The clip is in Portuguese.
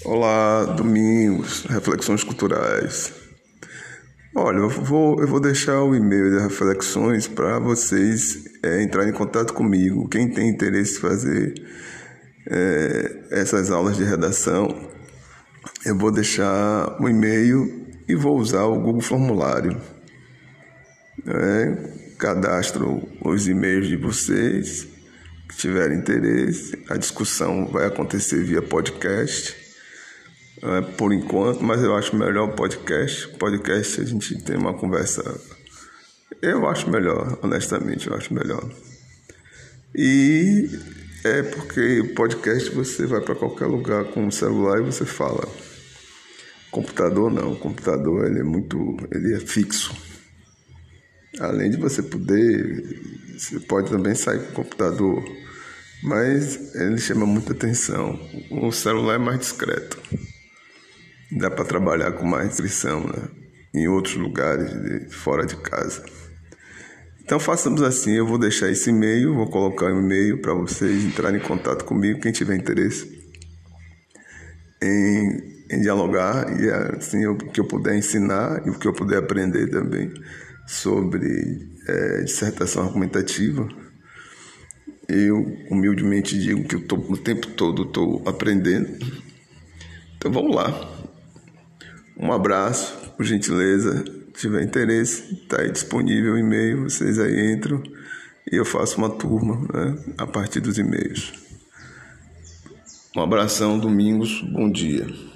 Olá, Domingos, Reflexões Culturais. Olha, eu vou deixar o e-mail das reflexões para vocês entrarem em contato comigo. Quem tem interesse em fazer essas aulas de redação, eu vou deixar o e-mail e vou usar o Google Formulário. Cadastro os e-mails de vocês que tiverem interesse. A discussão vai acontecer via podcast. Por enquanto, mas eu acho melhor o podcast. Podcast a gente tem uma conversa. Eu acho melhor, honestamente, eu acho melhor. E porque o podcast você vai para qualquer lugar com o celular e você fala. Computador não, o computador ele é fixo. Além de você pode também sair com o computador, mas ele chama muita atenção. O celular é mais discreto. Dá para trabalhar com mais descrição, né? Em outros lugares, fora de casa. Então façamos assim, eu vou deixar esse e-mail, vou colocar um e-mail para vocês entrarem em contato comigo, quem tiver interesse em dialogar e assim o que eu puder ensinar e o que eu puder aprender também sobre dissertação argumentativa. Eu humildemente digo que o tempo todo estou aprendendo. Então vamos lá. Um abraço, por gentileza. Se tiver interesse, está aí disponível o e-mail, vocês aí entram e eu faço uma turma, né, a partir dos e-mails. Um abração, Domingos, bom dia.